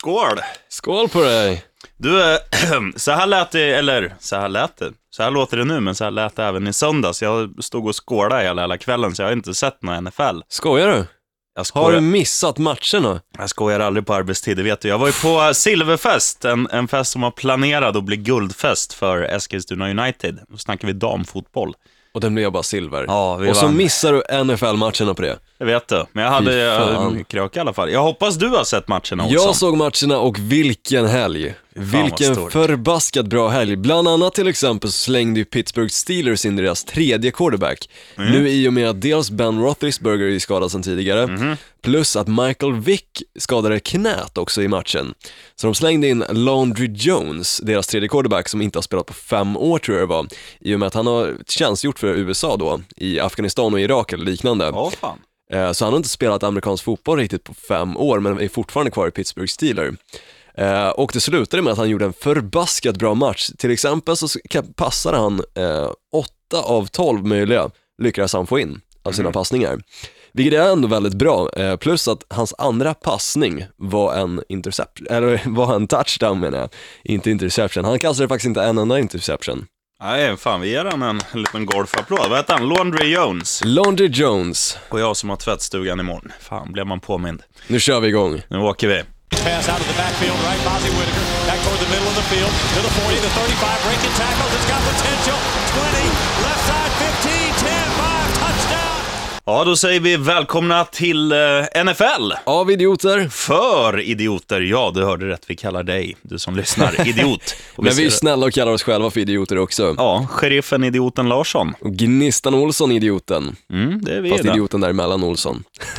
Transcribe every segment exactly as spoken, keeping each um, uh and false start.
Skål! Skål på dig! Du, äh, så här lät det, eller så här lät det. Så här låter det nu, men så här lät det även i söndags. Jag stod och skålade hela, hela kvällen, så jag har inte sett någon N F L. Skojar du? Jag skojar. Har du missat matcherna? Jag skojar aldrig på arbetstid, det vet du. Jag var ju på Silverfest, en, en fest som var planerad att bli guldfest för Eskilstuna United. Då snackar vi damfotboll. Och den blev bara silver. Ja, vi och så vann. Missar du N F L-matcherna på det. Jag vet du, men jag hade jag, krök i alla fall. Jag hoppas du har sett matcherna också. Jag såg matcherna och vilken helg. Vilken förbaskat bra helg. Bland annat till exempel så slängde ju Pittsburgh Steelers in deras tredje quarterback. Mm. Nu i och med att dels Ben Roethlisberger är skadad sedan tidigare, mm. plus att Michael Vick skadade knät också i matchen. Så de slängde in Landry Jones, deras tredje quarterback, som inte har spelat på fem år tror jag det var. I och med att han har tjänstgjort för U S A då, i Afghanistan och Irak eller liknande. Ja, fan. Så han har inte spelat amerikansk fotboll riktigt på fem år, men är fortfarande kvar i Pittsburgh Steelers. Uh, och det slutade med att han gjorde en förbaskat bra match. Till exempel så passade han uh, åtta av tolv möjliga lyckades han få in av sina mm. passningar. Vilket är ändå väldigt bra. Uh, plus att hans andra passning var en interception, eller var en touchdown menar jag. Inte interception. Han kastade faktiskt inte en enda interception. Nej, fan, vi ger han en, en liten golfapplåd. Vad heter han? Landry Jones. Landry Jones. Och jag som har tvättstugan imorgon. Fan, blev man påmind. Nu kör vi igång. Nu åker vi. Pass out of the backfield, right? Bozzy Whitaker back toward the middle of the field to the forty, the thirty-five, breaking tackles. It's got potential. twenty, left side, fifteen, ten, five, touchdown. Ja, då säger vi välkomna till eh, N F L. Av idioter. För idioter, ja, du hörde rätt. Vi kallar dig, du som lyssnar, idiot. Men vi är snälla och kallar oss själva för idioter också. Ja, sheriffen idioten Larsson. Och Gnistan Olsson idioten. Mm, det är vi. Fast där. idioten däremellan Olsson.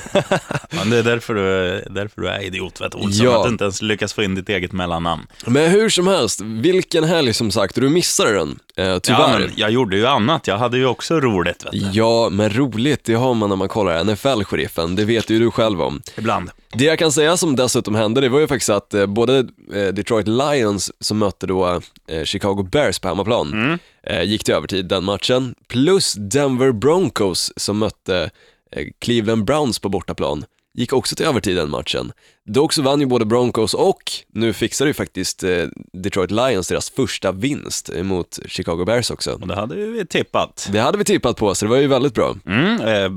Men det är därför du, därför du är idiot, vet Olsson. Ja. Att du inte ens lyckas få in ditt eget mellannamn. Men hur som helst, vilken helg som sagt. Du missade den, eh, tyvärr. Ja, jag gjorde ju annat, jag hade ju också roligt, vet du. Ja, men roligt, det har man när man kollar N F L-sheriffen. Det vet ju du själv om. Ibland. Det jag kan säga som dessutom hände, det var ju faktiskt att eh, både eh, Detroit Lions som mötte då eh, Chicago Bears på hemmaplan mm. eh, gick till övertid den matchen, plus Denver Broncos som mötte eh, Cleveland Browns på bortaplan gick också till övertid den matchen. Dock så vann ju både Broncos och nu fixar ju faktiskt eh, Detroit Lions deras första vinst mot Chicago Bears också. Och det hade vi tippat. Det hade vi tippat på, så det var ju väldigt bra. Mm, eh,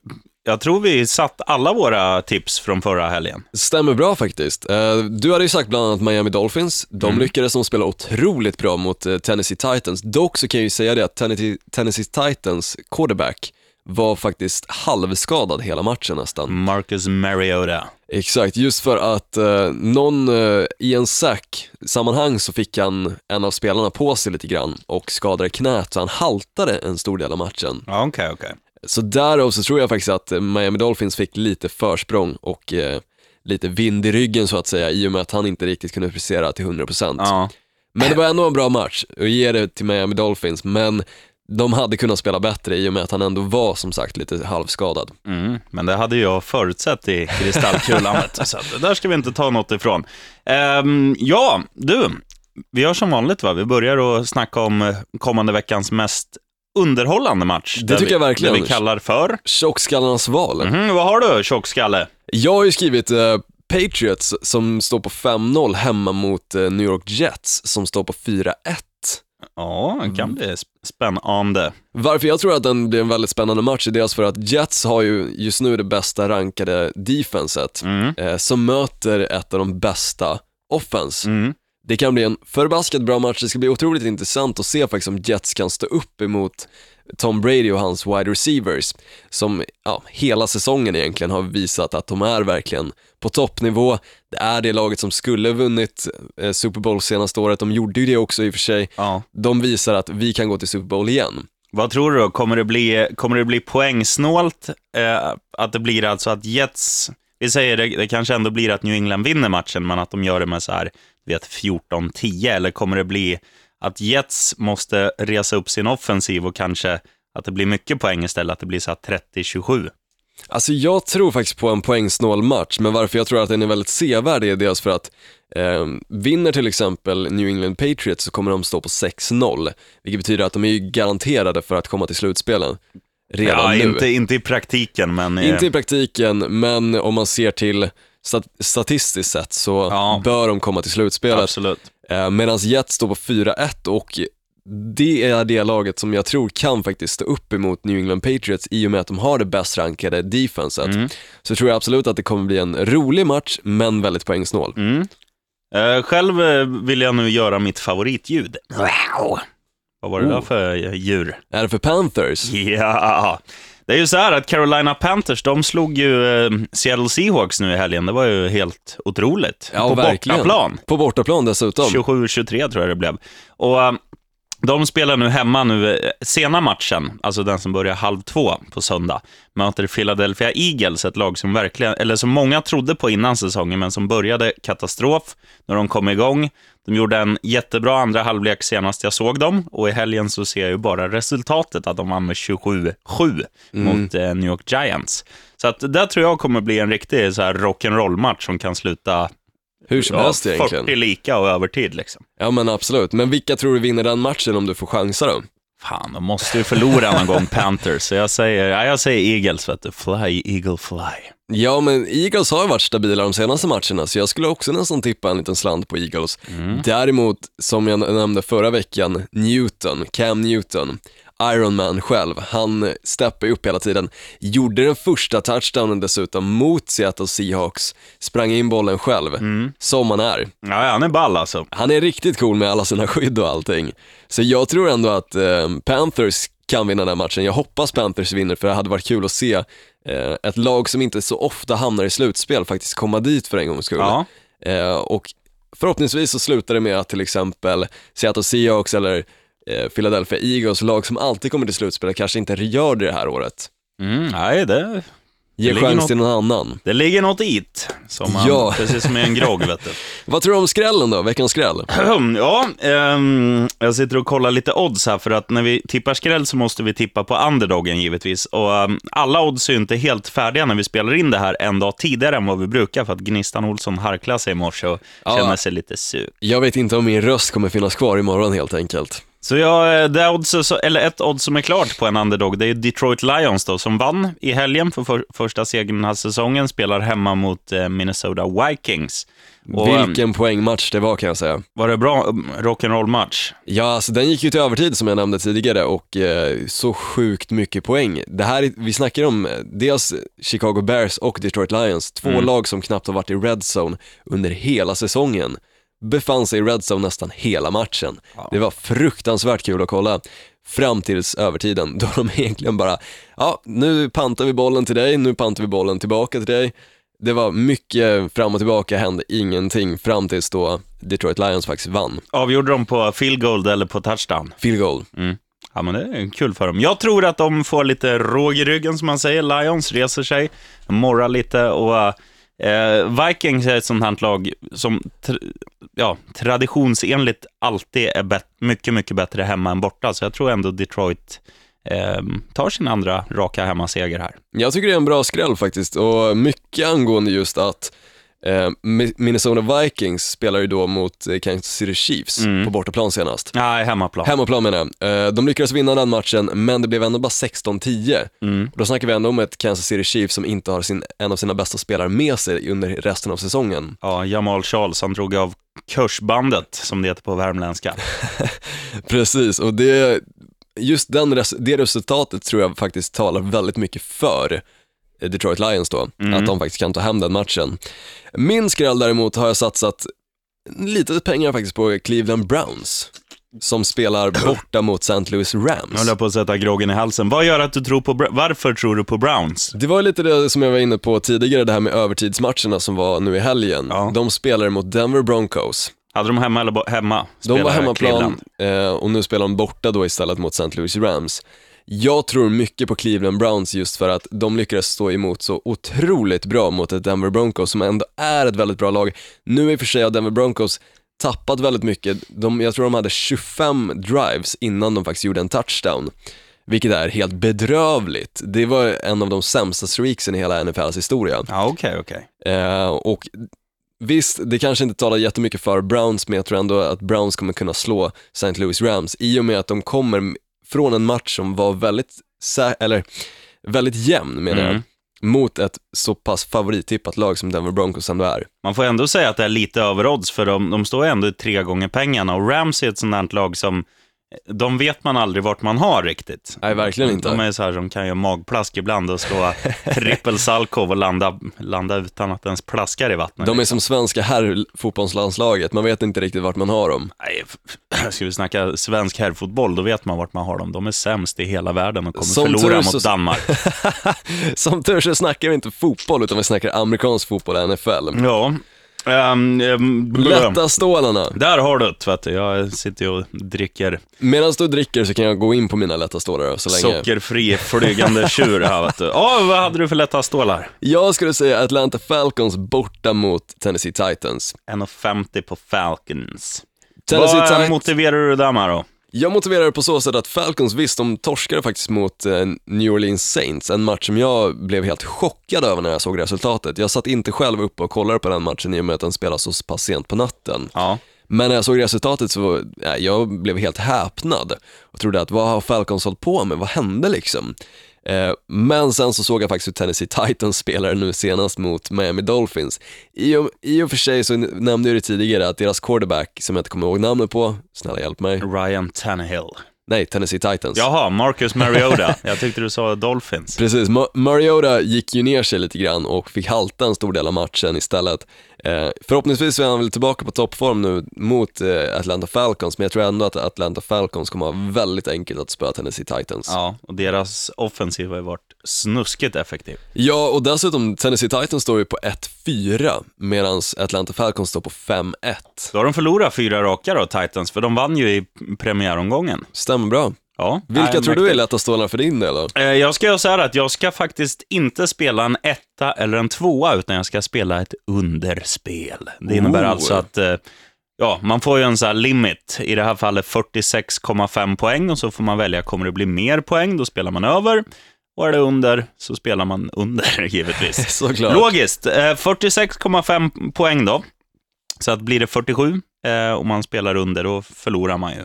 jag tror vi satt alla våra tips från förra helgen. Stämmer bra faktiskt. Eh, du hade ju sagt bland annat Miami Dolphins. De mm. lyckades som spela otroligt bra mot eh, Tennessee Titans. Dock så kan jag ju säga det att Tennessee, Tennessee Titans quarterback var faktiskt halvskadad hela matchen nästan. Marcus Mariota. Exakt, just för att eh, någon eh, i en sack-sammanhang så fick han en av spelarna på sig lite grann och skadade knät, så han haltade en stor del av matchen. Ja, okej, okay, okej. Okay. Så därav så tror jag faktiskt att Miami Dolphins fick lite försprång och eh, lite vind i ryggen så att säga, i och med att han inte riktigt kunde prestera till hundra procent. Ja. Men det var ändå en bra match och ge det till Miami Dolphins, men de hade kunnat spela bättre i och med att han ändå var som sagt lite halvskadad. Mm, men det hade jag förutsett i kristallkulan. Så det där ska vi inte ta något ifrån. Um, ja, du, vi gör som vanligt va? Vi börjar att snacka om kommande veckans mest underhållande match. Det tycker vi, jag verkligen. Det vi kallar för Tjockskallarnas val. Mm, vad har du, tjockskalle? Jag har ju skrivit uh, Patriots som står på fem noll hemma mot uh, New York Jets som står på fyra ett. Ja, det kan bli spännande. Varför jag tror att den blir en väldigt spännande match är dels för att Jets har ju just nu det bästa rankade defenset mm. eh, som möter ett av de bästa offense. Mm. Det kan bli en förbaskat bra match. Det ska bli otroligt intressant att se faktiskt om Jets kan stå upp emot Tom Brady och hans wide receivers som ja, hela säsongen egentligen har visat att de är verkligen på toppnivå. Det är det laget som skulle vunnit eh, Super Bowl senaste året. De gjorde ju det också i och för sig. Ja. De visar att vi kan gå till Super Bowl igen. Vad tror du? Kommer det bli, kommer det bli poängsnålt? Eh, att det blir alltså att Jets, vi säger det, det kanske ändå blir att New England vinner matchen, men att de gör det med så här, vet, fjorton tio, eller kommer det bli att Jets måste resa upp sin offensiv och kanske att det blir mycket poäng istället, att det blir så här trettio tjugosju? Alltså jag tror faktiskt på en poängsnål match, men varför jag tror att den är väldigt sevärd är dels för att eh, vinner till exempel New England Patriots så kommer de stå på sex noll, vilket betyder att de är ju garanterade för att komma till slutspelen redan ja, nu. Inte, inte i praktiken, men... Inte i praktiken, men om man ser till stat- statistiskt sett så ja. bör de komma till slutspelet. Absolut. Eh, Medan Jets står på fyra ett och det är det laget som jag tror kan faktiskt stå upp emot New England Patriots i och med att de har det bäst rankade defenset. Mm. Så tror jag absolut att det kommer bli en rolig match, men väldigt poängsnål. Mm. Uh, själv vill jag nu göra mitt favoritljud. Wow. Vad var det oh. där för djur? Är det för Panthers? Ja, det är ju så här att Carolina Panthers, de slog ju uh, Seattle Seahawks nu i helgen. Det var ju helt otroligt. Ja, på verkligen. bortaplan. På bortaplan dessutom. tjugosju tjugotre tror jag det blev. Och uh, de spelar nu hemma nu, sena matchen, alltså den som börjar halv två på söndag, möter Philadelphia Eagles, ett lag som verkligen, eller som många trodde på innan säsongen, men som började katastrof när de kom igång. De gjorde en jättebra andra halvlek senast jag såg dem, och i helgen så ser jag ju bara resultatet att de vann med tjugosju sju mm. mot eh, New York Giants. Så att det tror jag kommer bli en riktig så här rock'n'roll-match som kan sluta hur som helst ja, egentligen. fyrtio lika och övertid liksom. Ja men absolut, men vilka tror du vinner den matchen om du får chansa då? Fan, de måste ju förlora någon gång Panthers. Så jag säger, ja, jag säger Eagles, vet du. Fly, Eagle, fly. Ja, men Eagles har ju varit stabila de senaste matcherna, så jag skulle också nästan tippa en liten slant på Eagles. Mm. Däremot, som jag nämnde förra veckan, Newton, Cam Newton, Iron Man själv, han steppade upp hela tiden, gjorde den första touchdownen dessutom mot Seattle Seahawks, sprang in bollen själv, mm. som han är. Ja, han är ball alltså. Han är riktigt cool med alla sina skydd och allting. Så jag tror ändå att eh, Panthers kan vinna den här matchen. Jag hoppas Panthers vinner, för det hade varit kul att se eh, ett lag som inte så ofta hamnar i slutspel faktiskt komma dit för en gångs skull. Ja. Eh, och förhoppningsvis så slutar det med att till exempel Seattle Seahawks eller Philadelphia Eagles, lag som alltid kommer till slutspel, kanske inte gör det här året. Mm, nej, det... Ge chans något, till någon annan. Det ligger något it, som man, ja. precis som i en grogg, vet du. Vad tror du om skrällen då? Veckans skräll? Ja, um, jag sitter och kollar lite odds här, för att när vi tippar skräll så måste vi tippa på underdoggen givetvis. Och um, alla odds är ju inte helt färdiga när vi spelar in det här en dag tidigare än vad vi brukar, för att Gnistan Olsson harklar sig i morse och ja. känner sig lite sug. Jag vet inte om min röst kommer finnas kvar imorgon helt enkelt. Så ja, det odds, eller ett odds som är klart på en underdog, det är Detroit Lions då, som vann i helgen för, för första segern den här säsongen, spelar hemma mot eh, Minnesota Vikings. Och, vilken poängmatch det var, kan jag säga. Var det bra rock'n'roll-match? Ja, alltså den gick ju till övertid som jag nämnde tidigare, och eh, så sjukt mycket poäng. Det här, vi snackar om dels Chicago Bears och Detroit Lions, två mm. lag som knappt har varit i red zone under hela säsongen. Befann sig i red zone nästan hela matchen. Ja. Det var fruktansvärt kul att kolla fram tills övertiden, då de egentligen bara, ja, nu pantar vi bollen till dig, nu pantar vi bollen tillbaka till dig. Det var mycket fram och tillbaka, hände ingenting fram tills då Detroit Lions faktiskt vann. Avgjorde de på field goal eller på touchdown? Field goal. Mm. Ja, men det är kul för dem. Jag tror att de får lite råg i ryggen, som man säger. Lions reser sig, morrar lite, och Eh, Vikings är ett sånt här lag som tr- ja, traditionsenligt alltid är bet- mycket, mycket bättre hemma än borta. Så jag tror ändå Detroit eh, tar sin andra raka hemmaseger här. Jag tycker det är en bra skräll faktiskt. Och mycket angående just att eh, Minnesota Vikings spelar ju då mot eh, Kansas City Chiefs mm. på bortaplan senast. Nej, hemmaplan. Hemmaplan menar jag. Eh, de lyckades vinna den matchen, men det blev ändå bara sexton tio. Mm. Då snackar vi ändå om ett Kansas City Chiefs som inte har sin, en av sina bästa spelare med sig under resten av säsongen. Ja, Jamal Charles, han drog av kursbandet, som det heter på värmländska. Precis, och det, just den, det resultatet tror jag faktiskt talar väldigt mycket för Detroit Lions då, mm. att de faktiskt kan ta hem den matchen. Min skräll däremot har jag satsat lite pengar faktiskt på Cleveland Browns, som spelar borta mot Saint Louis Rams. Jag håller på att sätta groggen i halsen. Vad gör att du tror på Bra- Varför tror du på Browns? Det var lite det som jag var inne på tidigare, det här med övertidsmatcherna som var nu i helgen. Ja. De spelar mot Denver Broncos. Hade de hemma eller bo- hemma? De var hemmaplan eh, och nu spelar de borta då istället mot Saint Louis Rams. Jag tror mycket på Cleveland Browns just för att de lyckades stå emot så otroligt bra mot ett Denver Broncos som ändå är ett väldigt bra lag. Nu i och för sig har Denver Broncos tappat väldigt mycket. De, jag tror de hade tjugofem drives innan de faktiskt gjorde en touchdown, vilket är helt bedrövligt. Det var en av de sämsta streaksen i hela N F L:s historia. Ja, okej, okay, okej. Okay. Eh, och visst, det kanske inte talar jättemycket för Browns, men jag tror ändå att Browns kommer kunna slå Saint Louis Rams i och med att de kommer från en match som var väldigt sä- eller väldigt jämn menar jag. Mm. mot ett så pass favorittippat lag som Denver Broncos ändå är. Man får ändå säga att det är lite överodds, för de, de står ändå tre gånger pengarna, och Rams är ett sånt här lag som de vet man aldrig vart man har riktigt. Nej, verkligen inte. De är så här som kan göra magplask ibland och slå trippel salkov och landa, landa utan att ens plaskar i vattnet. De är som svenska herrfotbollslandslaget, man vet inte riktigt vart man har dem. Nej, ska vi snacka svensk herrfotboll, då vet man vart man har dem. De är sämst i hela världen och kommer som förlora mot så... Danmark. Som tur så snackar vi inte fotboll, utan vi snackar amerikansk fotboll, N F L. Ja. Um, um, Lätta stålarna. Där har du det, vet du. Jag sitter ju och dricker. Medan du dricker så kan jag gå in på mina lätta stålar så länge. Sockerfri flygande tjur här, vet du. Ja, vad hade du för lätta stålar? Jag skulle säga Atlanta Falcons borta mot Tennessee Titans. en femtio på Falcons. Tennessee Vad Titans... motiverar du där med då? Jag motiverar det på så sätt att Falcons, visst, de torskade faktiskt mot eh, New Orleans Saints, en match som jag blev helt chockad över när jag såg resultatet. Jag satt inte själv uppe och kollade på den matchen i och med att den spelas så pass sent på natten. Ja. Men när jag såg resultatet så ja, jag blev helt häpnad och trodde att vad har Falcons hållit på med? Vad hände liksom? Eh, men sen så såg jag faktiskt hur Tennessee Titans spelar nu senast mot Miami Dolphins. I och, I och för sig så nämnde jag det tidigare att deras quarterback, som jag inte kommer ihåg namnet på, snälla hjälp mig. Ryan Tannehill. Nej, Tennessee Titans. Jaha, Marcus Mariota. Jag tyckte du sa Dolphins. Precis, Ma- Mariota gick ju ner sig lite grann och fick halta en stor del av matchen istället. Eh, förhoppningsvis är han väl tillbaka på toppform nu mot eh, Atlanta Falcons, men jag tror ändå att Atlanta Falcons kommer ha väldigt enkelt att spöa Tennessee Titans. Ja, och deras offensiv har varit snuskigt effektiv. Ja, och dessutom Tennessee Titans står ju på ett fyra medan Atlanta Falcons står på fem ett. Då har de förlorat fyra raka då, Titans, för de vann ju i premiäromgången. Stämmer bra. Ja, Vilka nej, tror du är lätta stålarna för din del då? Eh, Jag ska göra så här att jag ska faktiskt inte spela en etta eller en tvåa, utan jag ska spela ett underspel. Det innebär Oh. alltså att eh, ja, man får ju en så här limit, i det här fallet fyrtiosex komma fem poäng, och så får man välja, kommer det bli mer poäng, då spelar man över. Och är det under så spelar man under, givetvis. Såklart. Logiskt, eh, fyrtiosex komma fem poäng då. Så att blir det fyrtiosju eh, och man spelar under, då förlorar man ju.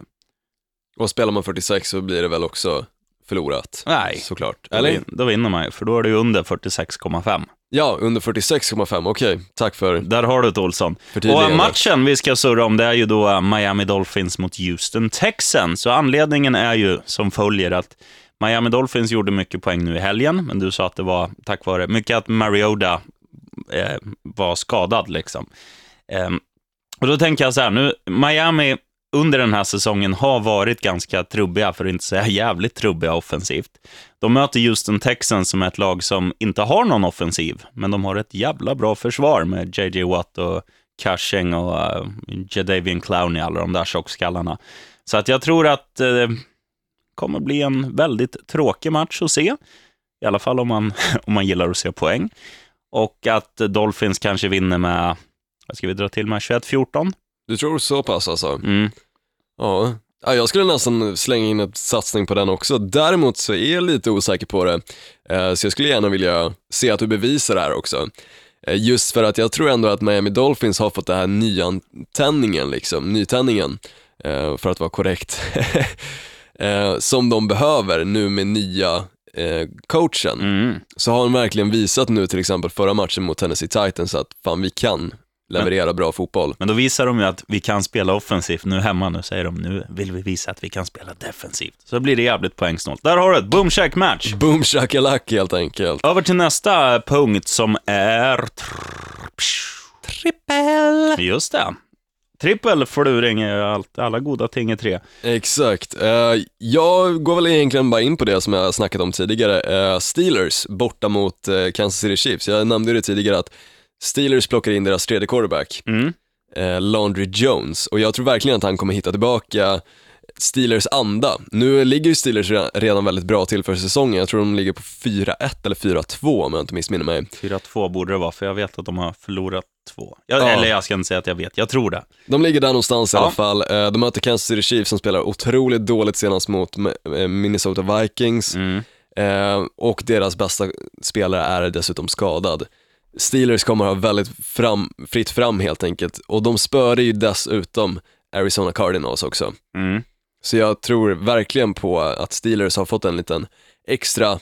Och spelar man fyrtiosex så blir det väl också förlorat? Nej, såklart. Eller? Då, vin- då vinner man ju, för då är det ju under fyrtiosex komma fem. Ja, under fyrtiosex komma fem, okej. Tack för Där har du ett Olsson. Och matchen vi ska surra om, det är ju då Miami Dolphins mot Houston Texans. Så anledningen är ju som följer att Miami Dolphins gjorde mycket poäng nu i helgen, men du sa att det var tack vare mycket att Mariota eh, var skadad liksom. Eh, och då tänker jag så här, nu Miami under den här säsongen har varit ganska trubbiga, för att inte säga jävligt trubbiga offensivt. De möter Houston Texans som är ett lag som inte har någon offensiv, men de har ett jävla bra försvar med J J Watt och Cushing och uh, Jadeveon Clowney, alla de där tjockskallarna. Så att jag tror att det uh, kommer bli en väldigt tråkig match att se, i alla fall om man, om man gillar att se poäng. Och att Dolphins kanske vinner med, vad ska vi dra till med, tjugoett fjorton? Du tror så pass alltså? Mm. Ja. Ja, jag skulle nästan slänga in ett satsning på den också. Däremot så är jag lite osäker på det. Eh, så jag skulle gärna vilja se att du bevisar det här också. Eh, just för att jag tror ändå att Miami Dolphins har fått det här nyantändningen, liksom, nytändningen, eh, för att vara korrekt, eh, som de behöver nu med nya eh, coachen. Mm. Så har de verkligen visat nu, till exempel förra matchen mot Tennessee Titans, att fan, vi kan leverera men, bra fotboll. Men då visar de ju att vi kan spela offensivt nu hemma. Nu säger de, nu vill vi visa att vi kan spela defensivt. Så blir det jävligt poängsnålt. Där har du ett boom shack match. Boom shakalak helt enkelt. Över till nästa punkt som är trippel. Just det. Trippel får du ringa allt, alla goda ting är tre. Exakt. Uh, jag går väl egentligen bara in på det som jag snackat om tidigare. Uh, Steelers borta mot uh, Kansas City Chiefs. Jag nämnde det tidigare att Steelers plockar in deras tredje quarterback, mm. eh, Landry Jones, och jag tror verkligen att han kommer hitta tillbaka Steelers anda. Nu ligger ju Steelers redan väldigt bra till för säsongen. Jag tror de ligger på fyra ett eller fyra två om jag inte missminner mig. fyra två borde det vara, för jag vet att de har förlorat två. Jag, ja. Eller jag ska inte säga att jag vet, jag tror det. De ligger där någonstans i ja. alla fall. Eh, de möter Kansas City Chiefs som spelar otroligt dåligt senast mot Minnesota Vikings. Mm. Eh, och deras bästa spelare är dessutom skadad. Steelers kommer ha väldigt fram, fritt fram helt enkelt. Och de spör ju dessutom Arizona Cardinals också. Mm. Så jag tror verkligen på att Steelers har fått en liten extra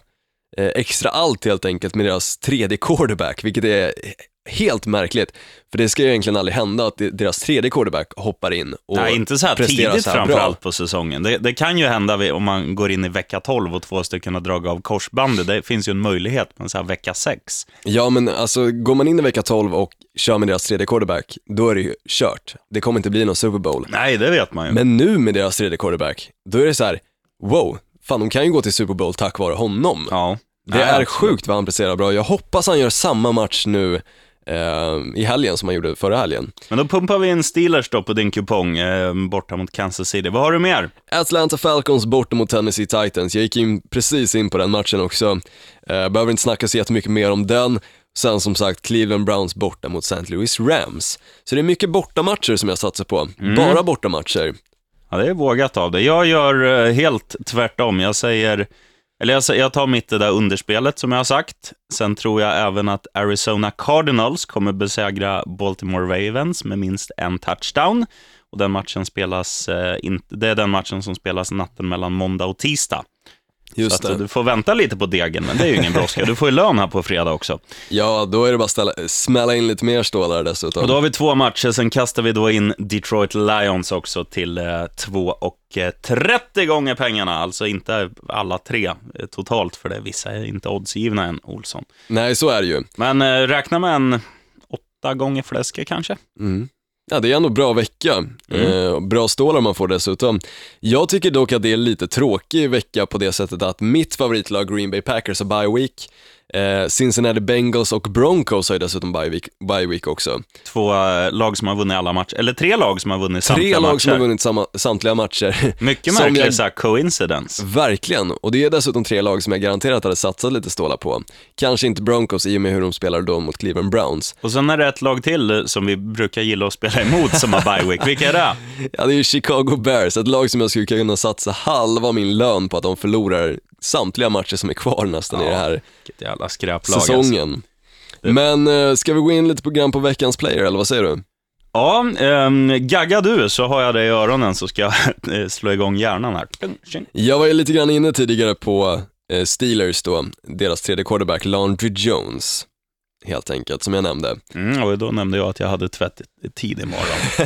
eh, extra allt helt enkelt med deras tredje quarterback, vilket är helt märkligt, för det ska ju egentligen aldrig hända att deras tredje quarterback hoppar in och Nej, inte så här tidigt så här framförallt på säsongen. Det, det kan ju hända om man går in i vecka tolv och två stycken har dragit av korsbandet. Det finns ju en möjlighet, men så här vecka sex. Ja, men alltså går man in i vecka tolv och kör med deras tredje quarterback, då är det ju kört. Det kommer inte bli någon Super Bowl. Nej, det vet man ju. Men nu med deras tredje quarterback, då är det så här: wow, fan, de kan ju gå till Super Bowl tack vare honom. Ja. Det Nej, är absolut. sjukt vad han presterar bra. Jag hoppas han gör samma match nu eh, i helgen som han gjorde förra helgen. Men då pumpar vi in Steelers då på din kupong eh, borta mot Kansas City. Vad har du mer? Atlanta Falcons borta mot Tennessee Titans. Jag gick in precis in på den matchen också. eh, Behöver inte snacka så jättemycket mer om den. Sen som sagt Cleveland Browns borta mot Saint Louis Rams. Så det är mycket bortamatcher som jag satsar på. Mm. Bara bortamatcher. Ja, det är vågat av det. Jag gör eh, helt tvärtom. Jag säger, eller jag, säger, jag tar mitt det där underspelet som jag har sagt. Sen tror jag även att Arizona Cardinals kommer besegra Baltimore Ravens med minst en touchdown. Och den matchen spelas, eh, in, det är den matchen som spelas natten mellan måndag och tisdag. Just Så det. att du får vänta lite på degen, men det är ju ingen brådska. Du får ju lön här på fredag också. Ja, då är det bara att ställa, smälla in lite mer stålar dessutom. Och då har vi två matcher, sen kastar vi då in Detroit Lions också till eh, två och trettio gånger pengarna. Alltså inte alla tre eh, totalt, för det vissa är inte oddsgivna än, Olsson. Nej, så är det ju. Men eh, räkna med en åtta gånger fläske kanske. Mm. Ja, det är ändå bra vecka. Mm. Eh, bra stålar man får dessutom. Jag tycker dock att det är lite tråkig vecka på det sättet att mitt favoritlag Green Bay Packers har bye week. Eh, Cincinnati Bengals och Broncos har ju dessutom bye week, bye week också. Två eh, lag som har vunnit alla matcher, eller tre lag som har vunnit samtliga Tre lag matcher. som har vunnit samma, samtliga matcher. Mycket Som märkligt jag- så här coincidence. Verkligen, och det är dessutom tre lag som jag garanterat hade satsat lite stålar på. Kanske inte Broncos i och med hur de spelar då mot Cleveland Browns. Och sen är det ett lag till eh, som vi brukar gilla att spela emot som har bye week. Vilka är det? Ja, det är ju Chicago Bears, ett lag som jag skulle kunna satsa halva min lön på att de förlorar samtliga matcher som är kvar nästan i det här Vilket jävla skräplag alltså. säsongen. Men eh, ska vi gå in lite på grann på veckans player, eller vad säger du? Ja, ähm, gagga du så har jag det i öronen så ska jag eh, slå igång hjärnan här. Jag var ju lite grann inne tidigare på eh, Steelers då, deras tredje quarterback Landry Jones, helt enkelt, som jag nämnde. Mm, och då nämnde jag att jag hade tvätt tid imorgon.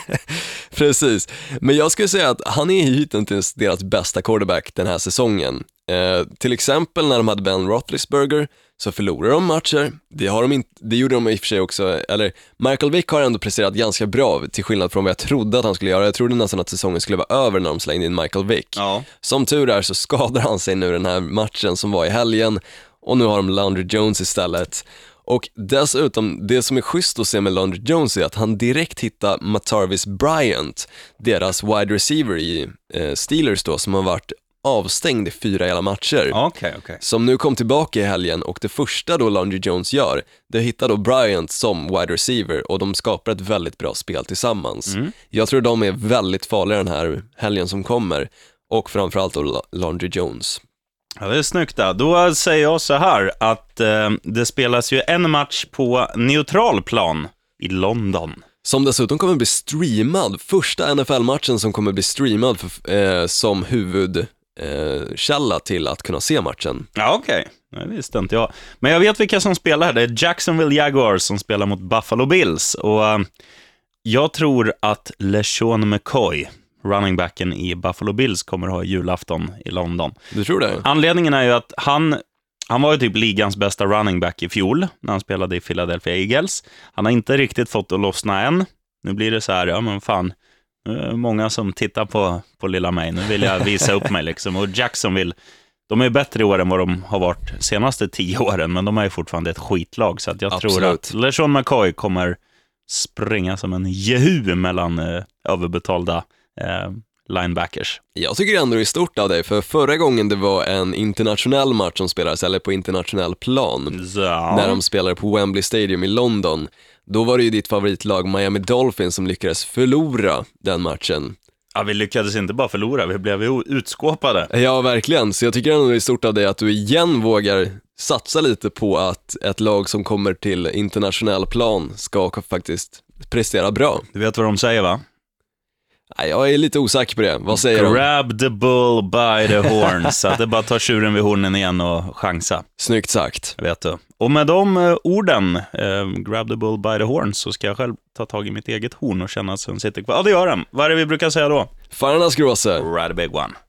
Precis, men jag skulle säga att han är hittills deras bästa quarterback den här säsongen. Eh, till exempel när de hade Ben Roethlisberger så förlorade de matcher. Det, har de inte, det gjorde de i och för sig också, eller Michael Vick har ändå presterat ganska bra till skillnad från vad jag trodde att han skulle göra. Jag trodde nästan att säsongen skulle vara över när de slängde in Michael Vick. Ja. Som tur är så skadar han sig nu den här matchen som var i helgen och nu har de Landry Jones istället. Och dessutom, det som är schysst att se med Landry Jones är att han direkt hittar Martavis Bryant, deras wide receiver i eh, Steelers då, som har varit avstängd i fyra hela matcher. Okej, okay, okej. Okay. Som nu kom tillbaka i helgen, och det första då Landry Jones gör, det hittar då Bryant som wide receiver och de skapar ett väldigt bra spel tillsammans. Mm. Jag tror de är väldigt farliga den här helgen som kommer, och framförallt då Landry Jones. Ja, det är snyggt där. Då säger jag så här att eh, det spelas ju en match på neutral plan i London. Som dessutom kommer bli streamad, första N F L-matchen som kommer bli streamad för, eh, som huvudkälla eh, till att kunna se matchen. Ja, okej. Okay. Det visste inte jag. Men jag vet vilka som spelar här. Det är Jacksonville Jaguars som spelar mot Buffalo Bills. Och eh, jag tror att LeSean McCoy, running backen i Buffalo Bills, kommer att ha julafton i London. Du tror det? Anledningen är ju att han, han var ju typ ligans bästa running back i fjol när han spelade i Philadelphia Eagles. Han har inte riktigt fått att lossna än. Nu blir det så här, ja men fan, nu är det många som tittar på, på lilla mig. Nu vill jag visa upp mig liksom. Och Jacksonville, de är ju bättre i år än vad de har varit senaste tio åren, men de är ju fortfarande ett skitlag. Så att jag Absolut. tror att LeSean McCoy kommer springa som en jehu mellan eh, överbetalda Eh, linebackers. Jag tycker ändå det är stort av dig, för förra gången det var en internationell match som spelades, eller på internationell plan, Så. när de spelade på Wembley Stadium i London, då var det ju ditt favoritlag Miami Dolphins som lyckades förlora den matchen. Ja, vi lyckades inte bara förlora, vi blev ju utskåpade. Ja, verkligen. Så jag tycker ändå det är stort av dig att du igen vågar satsa lite på att ett lag som kommer till internationell plan ska faktiskt prestera bra. Du vet vad de säger, va? Nej, jag är lite osäker på det. Vad säger du? Grab the bull by the horns. Så att det bara tar tjuren vid hornen igen och chansa. Snyggt sagt. Vet du. Och med de uh, orden, uh, grab the bull by the horns, så ska jag själv ta tag i mitt eget horn och känna att den sitter kvar. Ja, det gör den. Vad är det vi brukar säga då? Fararnas gråse. Ride a big one.